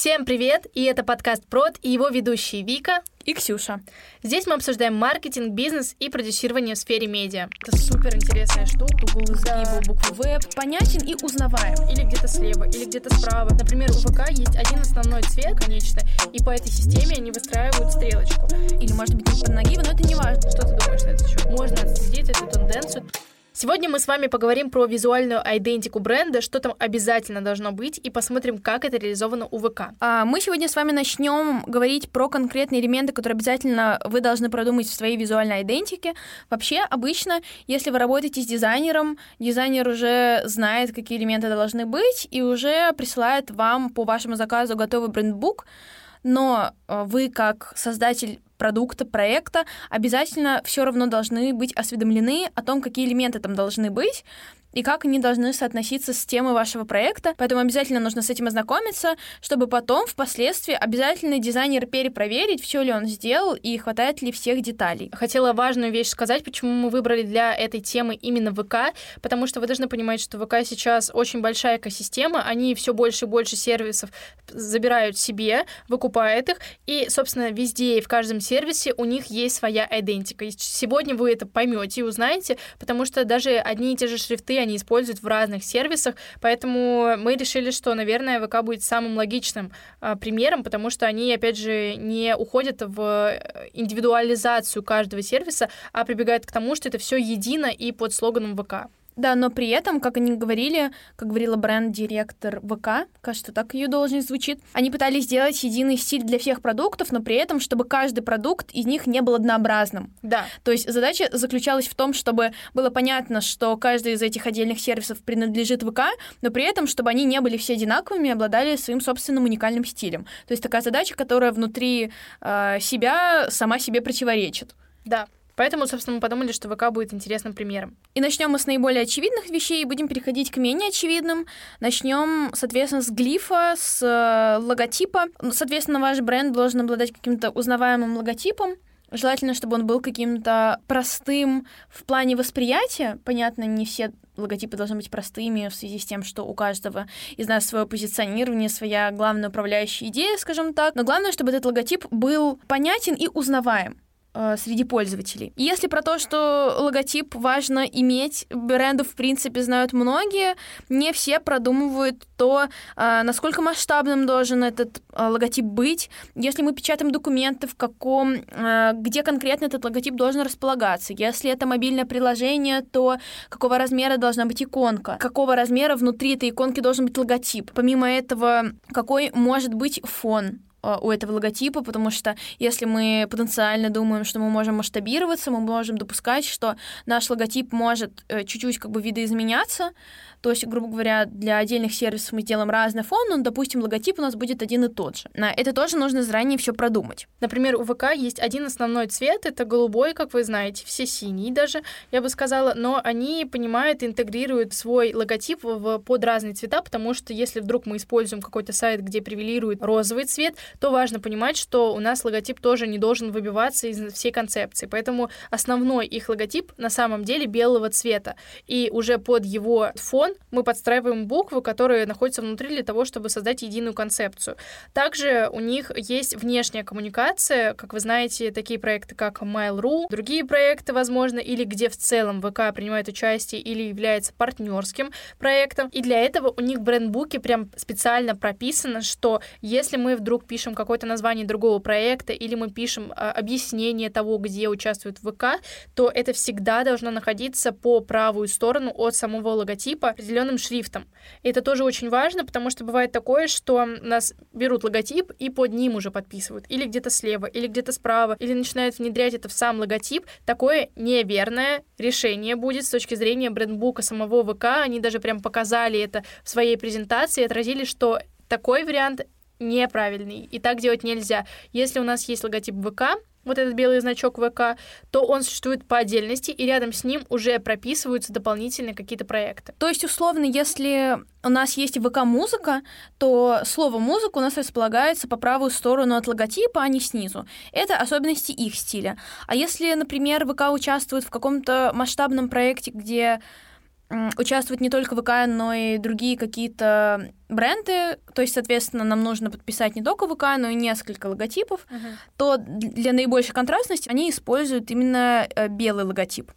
Всем привет! И это подкаст «Прод» и его ведущие Вика и Ксюша. Здесь мы обсуждаем маркетинг, бизнес и продюсирование в сфере медиа. Это супер интересная штука. Был изгиб, буквы «В» понятен и узнаваем. Или где-то слева, или где-то справа. Например, у ВК есть один основной цвет, конечно, и по этой системе они выстраивают стрелочку. Или, может быть, не под нагибом, но это не важно. Что ты думаешь на этот счет? Можно отследить эту тенденцию. Сегодня мы с вами поговорим про визуальную айдентику бренда, что там обязательно должно быть, и посмотрим, как это реализовано у ВК. Мы сегодня с вами начнем говорить про конкретные элементы, которые обязательно вы должны продумать в своей визуальной айдентике. Вообще, обычно, если вы работаете с дизайнером, дизайнер уже знает, какие элементы должны быть, и уже присылает вам по вашему заказу готовый брендбук, но вы, как создатель продукта, проекта, обязательно все равно должны быть осведомлены о том, какие элементы там должны быть и как они должны соотноситься с темой вашего проекта. Поэтому обязательно нужно с этим ознакомиться, чтобы потом, впоследствии, обязательно дизайнер перепроверить, все ли он сделал и хватает ли всех деталей. Хотела важную вещь сказать, почему мы выбрали для этой темы именно ВК, потому что вы должны понимать, что ВК сейчас очень большая экосистема, они все больше и больше сервисов забирают себе, выкупают их, и, собственно, везде и в каждом сервисе у них есть своя идентика. И сегодня вы это поймете и узнаете, потому что даже одни и те же шрифты они используют в разных сервисах, поэтому мы решили, что, наверное, ВК будет самым логичным примером, потому что они, опять же, не уходят в индивидуализацию каждого сервиса, а прибегают к тому, что это все едино и под слоганом ВК. Да, но при этом, как они говорили, как говорила бренд-директор ВК, кажется, так ее должность звучит, они пытались сделать единый стиль для всех продуктов, но при этом, чтобы каждый продукт из них не был однообразным. Да. То есть задача заключалась в том, чтобы было понятно, что каждый из этих отдельных сервисов принадлежит ВК, но при этом, чтобы они не были все одинаковыми и обладали своим собственным уникальным стилем. То есть такая задача, которая внутри себя сама себе противоречит. Да. Поэтому, собственно, мы подумали, что ВК будет интересным примером. И начнем мы с наиболее очевидных вещей и будем переходить к менее очевидным. Начнем, соответственно, с глифа, с логотипа. Соответственно, ваш бренд должен обладать каким-то узнаваемым логотипом. Желательно, чтобы он был каким-то простым в плане восприятия. Понятно, не все логотипы должны быть простыми в связи с тем, что у каждого из нас свое позиционирование, своя главная управляющая идея, скажем так. Но главное, чтобы этот логотип был понятен и узнаваем среди пользователей. И если про то, что логотип важно иметь, брендов, в принципе, знают многие, не все продумывают то, насколько масштабным должен этот логотип быть, если мы печатаем документы, где конкретно этот логотип должен располагаться. Если это мобильное приложение, то какого размера должна быть иконка, какого размера внутри этой иконки должен быть логотип. Помимо этого, какой может быть фон у этого логотипа, потому что если мы потенциально думаем, что мы можем масштабироваться, мы можем допускать, что наш логотип может чуть-чуть видоизменяться, то есть, грубо говоря, для отдельных сервисов мы сделаем разный фон, но, допустим, логотип у нас будет один и тот же. На это тоже нужно заранее все продумать. Например, у ВК есть один основной цвет, это голубой, как вы знаете, все синие даже, я бы сказала, но они понимают и интегрируют свой логотип под разные цвета, потому что если вдруг мы используем какой-то сайт, где превалирует розовый цвет, то важно понимать, что у нас логотип тоже не должен выбиваться из всей концепции, поэтому основной их логотип на самом деле белого цвета, и уже под его фон мы подстраиваем буквы, которые находятся внутри для того, чтобы создать единую концепцию. Также у них есть внешняя коммуникация, как вы знаете, такие проекты, как Mail.ru, другие проекты, возможно, или где в целом ВК принимает участие или является партнерским проектом. И для этого у них в брендбуке прям специально прописано, что если мы вдруг пишем какое-то название другого проекта или мы пишем объяснение того, где участвует ВК, то это всегда должно находиться по правую сторону от самого логотипа определенным шрифтом. И это тоже очень важно, потому что бывает такое, что у нас берут логотип и под ним уже подписывают. Или где-то слева, или где-то справа, или начинают внедрять это в сам логотип. Такое неверное решение будет с точки зрения брендбука самого ВК. Они даже прям показали это в своей презентации, отразили, что такой вариант неправильный, и так делать нельзя. Если у нас есть логотип ВК, вот этот белый значок ВК, то он существует по отдельности, и рядом с ним уже прописываются дополнительные какие-то проекты. То есть, условно, если у нас есть ВК-музыка, то слово «музыка» у нас располагается по правую сторону от логотипа, а не снизу. Это особенности их стиля. А если, например, ВК участвует в каком-то масштабном проекте, где участвует не только ВК, но и другие какие-то бренды, то есть, соответственно, нам нужно подписать не только ВК, но и несколько логотипов, то для наибольшей контрастности они используют именно белый логотип.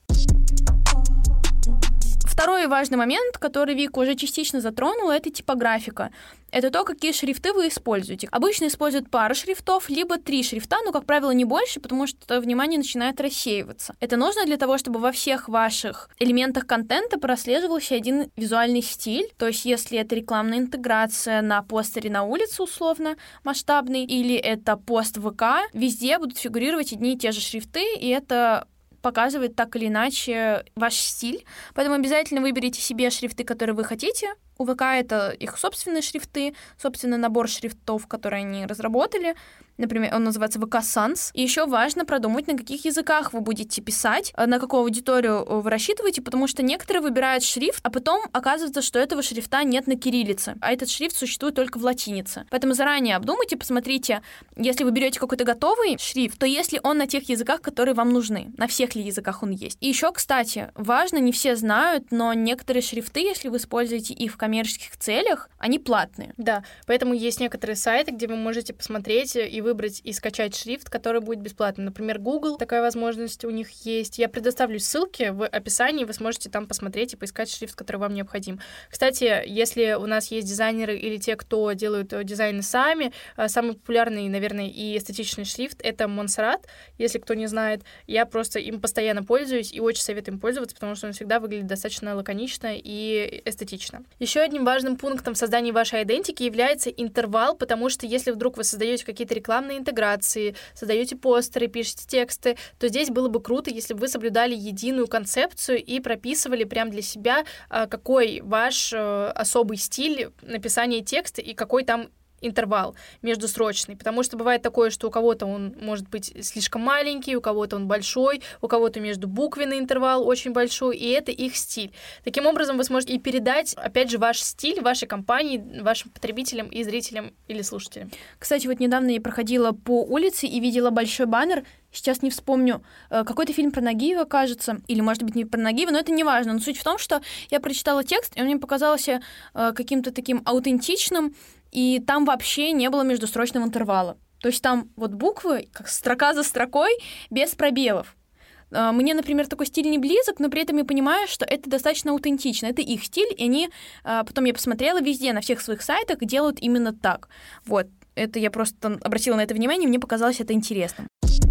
Второй важный момент, который Вика уже частично затронула, это типографика. Это то, какие шрифты вы используете. Обычно используют пару шрифтов, либо 3 шрифта, но, как правило, не больше, потому что внимание начинает рассеиваться. Это нужно для того, чтобы во всех ваших элементах контента прослеживался один визуальный стиль. То есть, если это рекламная интеграция на постере на улице, условно, масштабный, или это пост в ВК, везде будут фигурировать одни и те же шрифты, и это показывает так или иначе ваш стиль. Поэтому обязательно выберите себе шрифты, которые вы хотите. У ВК это их собственные шрифты, собственный набор шрифтов, которые они разработали. Например, он называется VK Sans. И еще важно продумать, на каких языках вы будете писать, на какую аудиторию вы рассчитываете, потому что некоторые выбирают шрифт, а потом оказывается, что этого шрифта нет на кириллице, а этот шрифт существует только в латинице. Поэтому заранее обдумайте, посмотрите, если вы берете какой-то готовый шрифт, то есть ли он на тех языках, которые вам нужны, на всех ли языках он есть. И еще, кстати, важно, не все знают, но некоторые шрифты, если вы используете их в коммерческих целях, они платные. Да, поэтому есть некоторые сайты, где вы можете посмотреть и выбрать и скачать шрифт, который будет бесплатным. Например, Google, такая возможность у них есть. Я предоставлю ссылки в описании, вы сможете там посмотреть и поискать шрифт, который вам необходим. Кстати, если у нас есть дизайнеры или те, кто делают дизайны сами, самый популярный, наверное, и эстетичный шрифт — это Montserrat, если кто не знает. Я просто им постоянно пользуюсь и очень советую им пользоваться, потому что он всегда выглядит достаточно лаконично и эстетично. Еще одним важным пунктом в создании вашей идентики является интервал, потому что если вдруг вы создаете какие-то рекламные интеграции, создаете постеры, пишете тексты, то здесь было бы круто, если бы вы соблюдали единую концепцию и прописывали прям для себя, какой ваш особый стиль написания текста и какой там интервал междусрочный, потому что бывает такое, что у кого-то он может быть слишком маленький, у кого-то он большой, у кого-то между буквенный интервал очень большой, и это их стиль. Таким образом, вы сможете и передать, опять же, ваш стиль вашей компании, вашим потребителям и зрителям или слушателям. Кстати, вот недавно я проходила по улице и видела большой баннер, сейчас не вспомню, какой-то фильм про Нагиева, кажется, или, может быть, не про Нагиева, но это не важно. Но суть в том, что я прочитала текст, и он мне показался каким-то таким аутентичным, и там вообще не было междустрочного интервала. То есть там вот буквы, как строка за строкой, без пробелов. Мне, например, такой стиль не близок, но при этом я понимаю, что это достаточно аутентично. Это их стиль, и они, потом я посмотрела, везде, на всех своих сайтах делают именно так. Вот, это я просто обратила на это внимание, и мне показалось это интересным.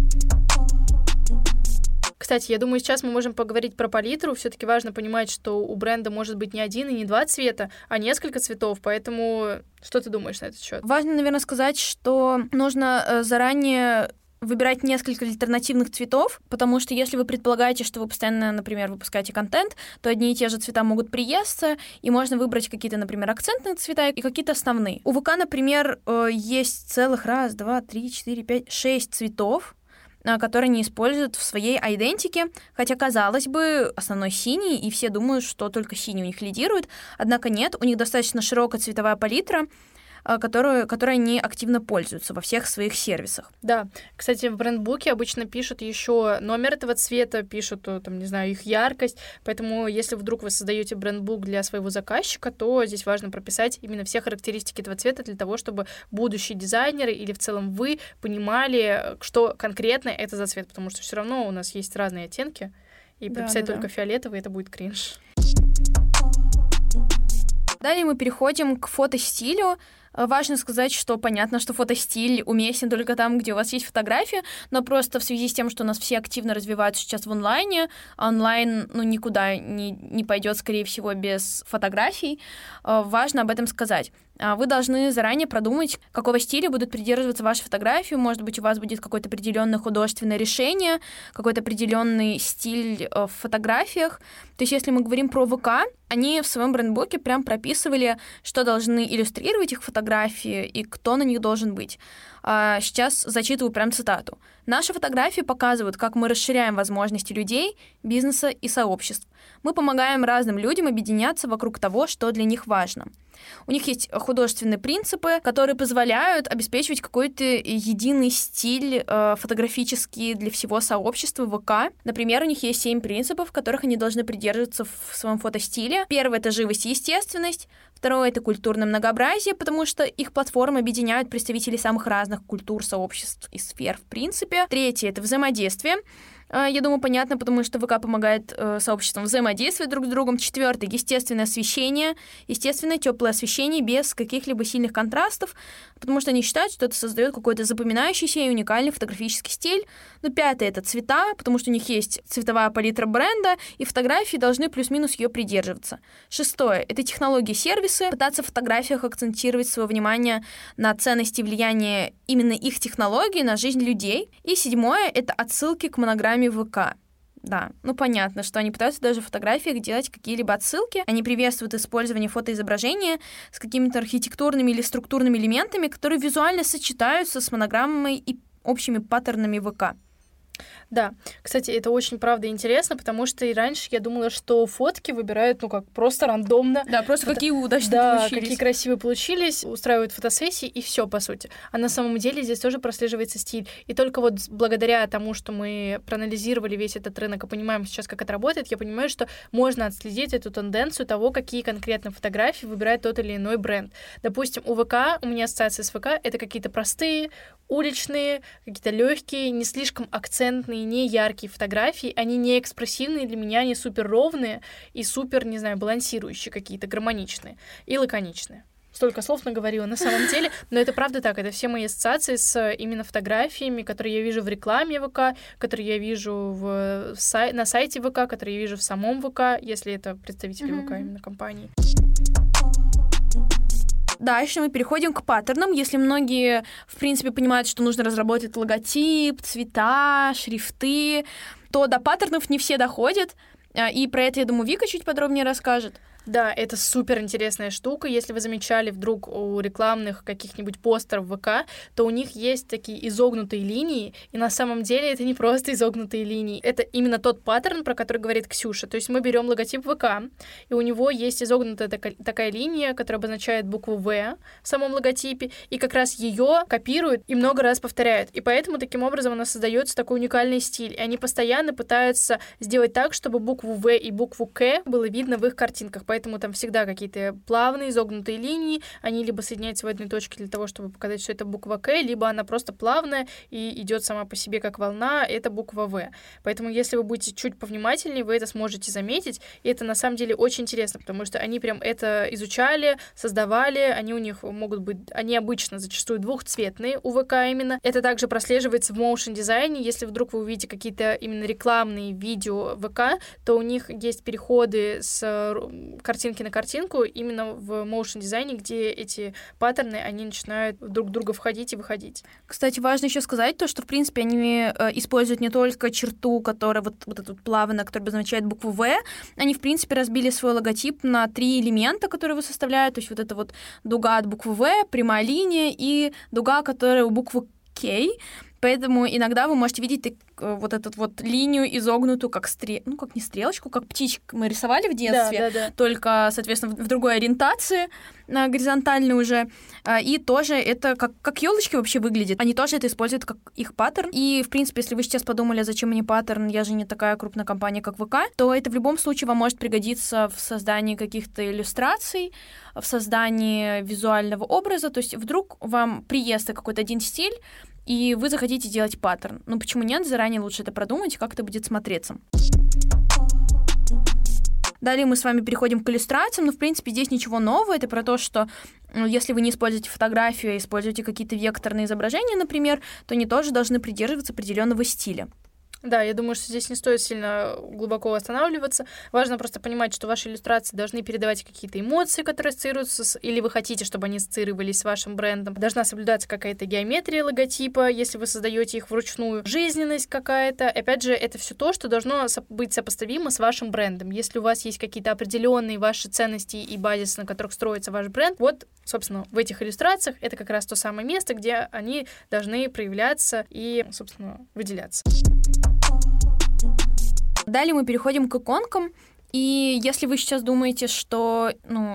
Кстати, я думаю, сейчас мы можем поговорить про палитру. Все-таки важно понимать, что у бренда может быть не один и не два цвета, а несколько цветов. Поэтому что ты думаешь на этот счет? Важно, наверное, сказать, что нужно заранее выбирать несколько альтернативных цветов, потому что если вы предполагаете, что вы постоянно, например, выпускаете контент, то одни и те же цвета могут приесться, и можно выбрать какие-то, например, акцентные цвета и какие-то основные. У ВК, например, есть целых 6 цветов, которые они используют в своей идентике, хотя, казалось бы, основной синий, и все думают, что только синий у них лидирует, однако нет, у них достаточно широкая цветовая палитра, которой они активно пользуются во всех своих сервисах. Да, кстати, в брендбуке обычно пишут еще номер этого цвета, пишут, там, не знаю, их яркость, поэтому если вдруг вы создаете брендбук для своего заказчика, то здесь важно прописать именно все характеристики этого цвета для того, чтобы будущие дизайнеры или в целом вы понимали, что конкретно это за цвет, потому что все равно у нас есть разные оттенки, и прописать только фиолетовый — это будет кринж. Далее мы переходим к фотостилю. Важно сказать, что понятно, что фотостиль уместен только там, где у вас есть фотография, но просто в связи с тем, что у нас все активно развиваются сейчас в онлайне, онлайн никуда не пойдет, скорее всего, без фотографий, важно об этом сказать. Вы должны заранее продумать, какого стиля будут придерживаться ваши фотографии. Может быть, у вас будет какое-то определенное художественное решение, какой-то определенный стиль в фотографиях. То есть, если мы говорим про ВК, они в своем брендбуке прям прописывали, что должны иллюстрировать их фотографии и кто на них должен быть. Сейчас зачитываю прям цитату. «Наши фотографии показывают, как мы расширяем возможности людей, бизнеса и сообществ. Мы помогаем разным людям объединяться вокруг того, что для них важно. У них есть художественные принципы, которые позволяют обеспечивать какой-то единый стиль фотографический для всего сообщества ВК. Например, у них есть 7 принципов, которых они должны придерживаться в своем фотостиле. Первое — это живость и естественность. Второе — это культурное многообразие, потому что их платформы объединяют представителей самых разных культур, сообществ и сфер, в принципе. Третье — это взаимодействие. Я думаю, понятно, потому что ВК помогает сообществам взаимодействовать друг с другом. Четвертое — естественное освещение. Естественное теплое освещение без каких-либо сильных контрастов, потому что они считают, что это создает какой-то запоминающийся и уникальный фотографический стиль. Ну, пятое — это цвета, потому что у них есть цветовая палитра бренда, и фотографии должны плюс-минус ее придерживаться. Шестое — это технологии и сервисы. Пытаться в фотографиях акцентировать свое внимание на ценности и влияние именно их технологий на жизнь людей. И седьмое — это отсылки к монограмме ВК. Да, ну понятно, что они пытаются даже в фотографиях делать какие-либо отсылки. Они приветствуют использование фотоизображения с какими-то архитектурными или структурными элементами, которые визуально сочетаются с монограммой и общими паттернами ВК. Да, кстати, это очень, правда, интересно, потому что и раньше я думала, что фотки выбирают, просто рандомно. Да, просто какие удачные получились. Да, какие красивые получились, устраивают фотосессии, и все по сути. А на самом деле здесь тоже прослеживается стиль. И только вот благодаря тому, что мы проанализировали весь этот рынок и понимаем сейчас, как это работает, я понимаю, что можно отследить эту тенденцию того, какие конкретно фотографии выбирает тот или иной бренд. Допустим, у ВК, у меня ассоциация с ВК — это какие-то простые, уличные, какие-то легкие, не слишком акцентные, не яркие фотографии. Они не экспрессивные для меня, они супер ровные и супер, не знаю, балансирующие какие-то, гармоничные и лаконичные. Столько слов наговорила на самом деле, но это правда так. Это все мои ассоциации с именно фотографиями, которые я вижу в рекламе ВК, которые я вижу на сайте ВК, которые я вижу в самом ВК, если это представители ВК именно компании. Дальше мы переходим к паттернам. Если многие, в принципе, понимают, что нужно разработать логотип, цвета, шрифты, то до паттернов не все доходят. И про это, я думаю, Вика чуть подробнее расскажет. Да, это супер интересная штука. Если вы замечали вдруг у рекламных каких-нибудь постеров ВК, то у них есть такие изогнутые линии, и на самом деле это не просто изогнутые линии. Это именно тот паттерн, про который говорит Ксюша. То есть мы берем логотип ВК, и у него есть изогнутая такая линия, которая обозначает букву В в самом логотипе, и как раз ее копируют и много раз повторяют. И поэтому таким образом у нас создается такой уникальный стиль. И они постоянно пытаются сделать так, чтобы букву В и букву К было видно в их картинках. Поэтому там всегда какие-то плавные, изогнутые линии, они либо соединяются в одной точке для того, чтобы показать, что это буква К, либо она просто плавная и идет сама по себе как волна, это буква В. Поэтому если вы будете чуть повнимательнее, вы это сможете заметить, и это на самом деле очень интересно, потому что они прям это изучали, создавали, они у них могут быть, они обычно зачастую двухцветные у ВК именно. Это также прослеживается в моушн-дизайне, если вдруг вы увидите какие-то именно рекламные видео ВК, то у них есть переходы с картинки на картинку именно в моушн-дизайне, где эти паттерны, они начинают друг в друга входить и выходить. Кстати, важно еще сказать то, что, в принципе, они используют не только черту, которая вот эту плавная, которая обозначает букву В, они, в принципе, разбили свой логотип на 3 элемента, которые его составляют, то есть вот эта вот дуга от буквы В, прямая линия и дуга, которая у буквы К. Поэтому иногда вы можете видеть вот эту вот линию изогнутую, как как не стрелочку, как птичку мы рисовали в детстве, да. только, соответственно, в другой ориентации, горизонтальной уже. И тоже это как елочки вообще выглядят. Они тоже это используют как их паттерн. И, в принципе, если вы сейчас подумали, зачем мне паттерн, я же не такая крупная компания, как ВК, то это в любом случае вам может пригодиться в создании каких-то иллюстраций, в создании визуального образа. То есть вдруг вам приест какой-то один стиль, и вы захотите делать паттерн. Ну почему нет? Заранее лучше это продумать, как это будет смотреться. Далее мы с вами переходим к иллюстрациям, но, в принципе, здесь ничего нового. Это про то, что если вы не используете фотографию, а используете какие-то векторные изображения, например, то они тоже должны придерживаться определенного стиля. Да, я думаю, что здесь не стоит сильно глубоко останавливаться. Важно просто понимать, что ваши иллюстрации должны передавать какие-то эмоции, которые ассоциируются или вы хотите, чтобы они ассоциировались с вашим брендом. Должна соблюдаться какая-то геометрия логотипа, если вы создаете их вручную, жизненность какая-то. Опять же, это все то, что должно быть сопоставимо с вашим брендом. Если у вас есть какие-то определенные ваши ценности и базис, на которых строится ваш бренд, вот, собственно, в этих иллюстрациях это как раз то самое место, где они должны проявляться и, собственно, выделяться. Далее мы переходим к иконкам. И если вы сейчас думаете, что,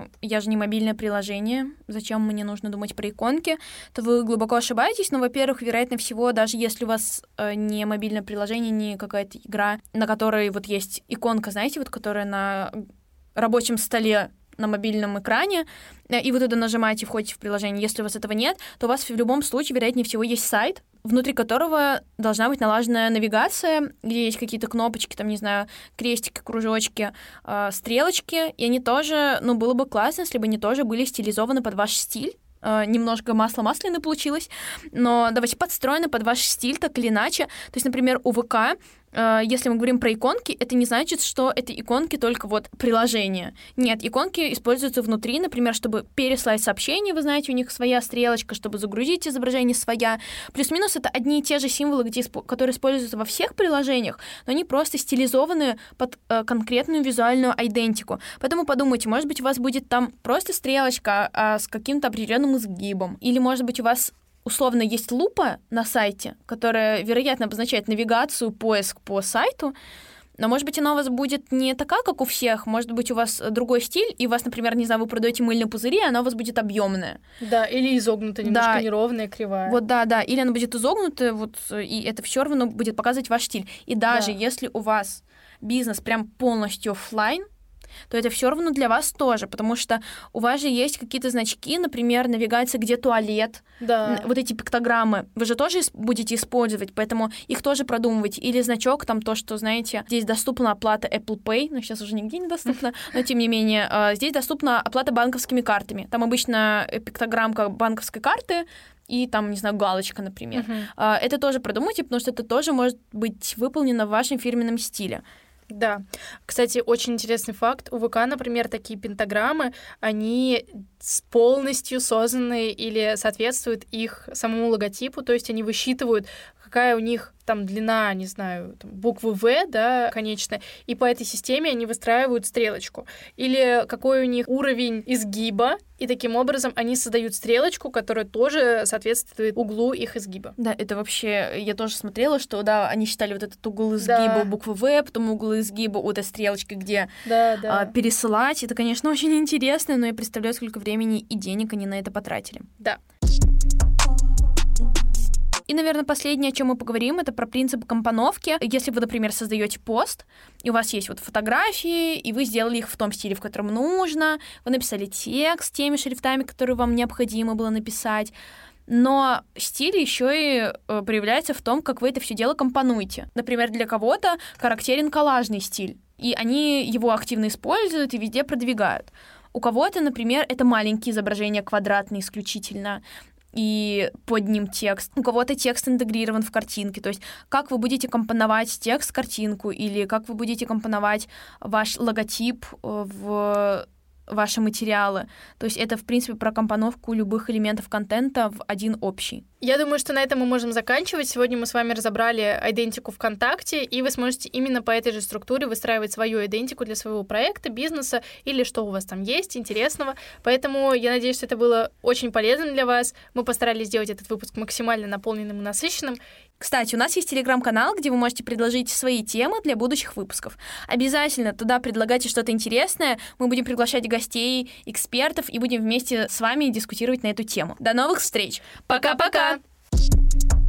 я же не мобильное приложение, зачем мне нужно думать про иконки, то вы глубоко ошибаетесь. Но, во-первых, вероятно всего, даже если у вас не мобильное приложение, не какая-то игра, на которой вот есть иконка, знаете, вот которая на рабочем столе на мобильном экране, и вы туда нажимаете, входите в приложение. Если у вас этого нет, то у вас в любом случае, вероятнее всего, есть сайт, внутри которого должна быть налаженная навигация, где есть какие-то кнопочки, там, не знаю, крестики, кружочки, стрелочки, и они тоже, было бы классно, если бы они тоже были стилизованы под ваш стиль. Немножко масло масляное получилось, но давайте подстроены под ваш стиль, так или иначе. То есть, например, у ВК, если мы говорим про иконки, это не значит, что это иконки только вот приложения. Нет, иконки используются внутри, например, чтобы переслать сообщение, вы знаете, у них своя стрелочка, чтобы загрузить изображение своя. Плюс-минус это одни и те же символы, которые используются во всех приложениях, но они просто стилизованы под конкретную визуальную идентику. Поэтому подумайте, может быть, у вас будет там просто стрелочка с каким-то определенным изгибом, или, может быть, у вас условно есть лупа на сайте, которая, вероятно, обозначает навигацию, поиск по сайту, но, может быть, она у вас будет не такая, как у всех, может быть, у вас другой стиль, и у вас, например, не знаю, вы продаете мыльные пузыри, она у вас будет объемная. Да, или изогнутая, немножко неровная, кривая. Вот, да, или она будет изогнутая, и это все равно будет показывать ваш стиль. И даже если у вас бизнес прям полностью офлайн, то это все равно для вас тоже, потому что у вас же есть какие-то значки, например, навигация, где туалет, вот эти пиктограммы, вы же тоже будете использовать, поэтому их тоже продумывайте. Или значок, там то, что, знаете, здесь доступна оплата Apple Pay, но сейчас уже нигде не доступна, но тем не менее, здесь доступна оплата банковскими картами. Там обычно пиктограммка банковской карты, и там, не знаю, галочка, например. Это тоже продумайте, потому что это тоже может быть выполнено в вашем фирменном стиле. Да. Кстати, очень интересный факт. У ВК, например, такие пентаграммы, они полностью созданы или соответствуют их самому логотипу, то есть они высчитывают, какая у них там длина, не знаю, там, буквы В, да, конечная, и по этой системе они выстраивают стрелочку. Или какой у них уровень изгиба, и таким образом они создают стрелочку, которая тоже соответствует углу их изгиба. Да, это вообще, я тоже смотрела, что, они считали вот этот угол изгиба буквы В, потом угол изгиба у этой стрелочки, где пересылать. Это, конечно, очень интересно, но я представляю, сколько времени и денег они на это потратили. Да. И, наверное, последнее, о чем мы поговорим, это про принцип компоновки. Если вы, например, создаете пост, и у вас есть вот фотографии, и вы сделали их в том стиле, в котором нужно, вы написали текст теми шрифтами, которые вам необходимо было написать, но стиль еще и проявляется в том, как вы это все дело компонуете. Например, для кого-то характерен коллажный стиль, и они его активно используют и везде продвигают. У кого-то, например, это маленькие изображения, квадратные исключительно, и под ним текст. У кого-то текст интегрирован в картинки. То есть как вы будете компоновать текст в картинку или как вы будете компоновать ваш логотип в ваши материалы. То есть это, в принципе, про компоновку любых элементов контента в один общий. Я думаю, что на этом мы можем заканчивать. Сегодня мы с вами разобрали идентику ВКонтакте, и вы сможете именно по этой же структуре выстраивать свою идентику для своего проекта, бизнеса или что у вас там есть интересного. Поэтому я надеюсь, что это было очень полезным для вас. Мы постарались сделать этот выпуск максимально наполненным и насыщенным. Кстати, у нас есть телеграм-канал, где вы можете предложить свои темы для будущих выпусков. Обязательно туда предлагайте что-то интересное. Мы будем приглашать гостей, экспертов и будем вместе с вами дискутировать на эту тему. До новых встреч! Пока-пока!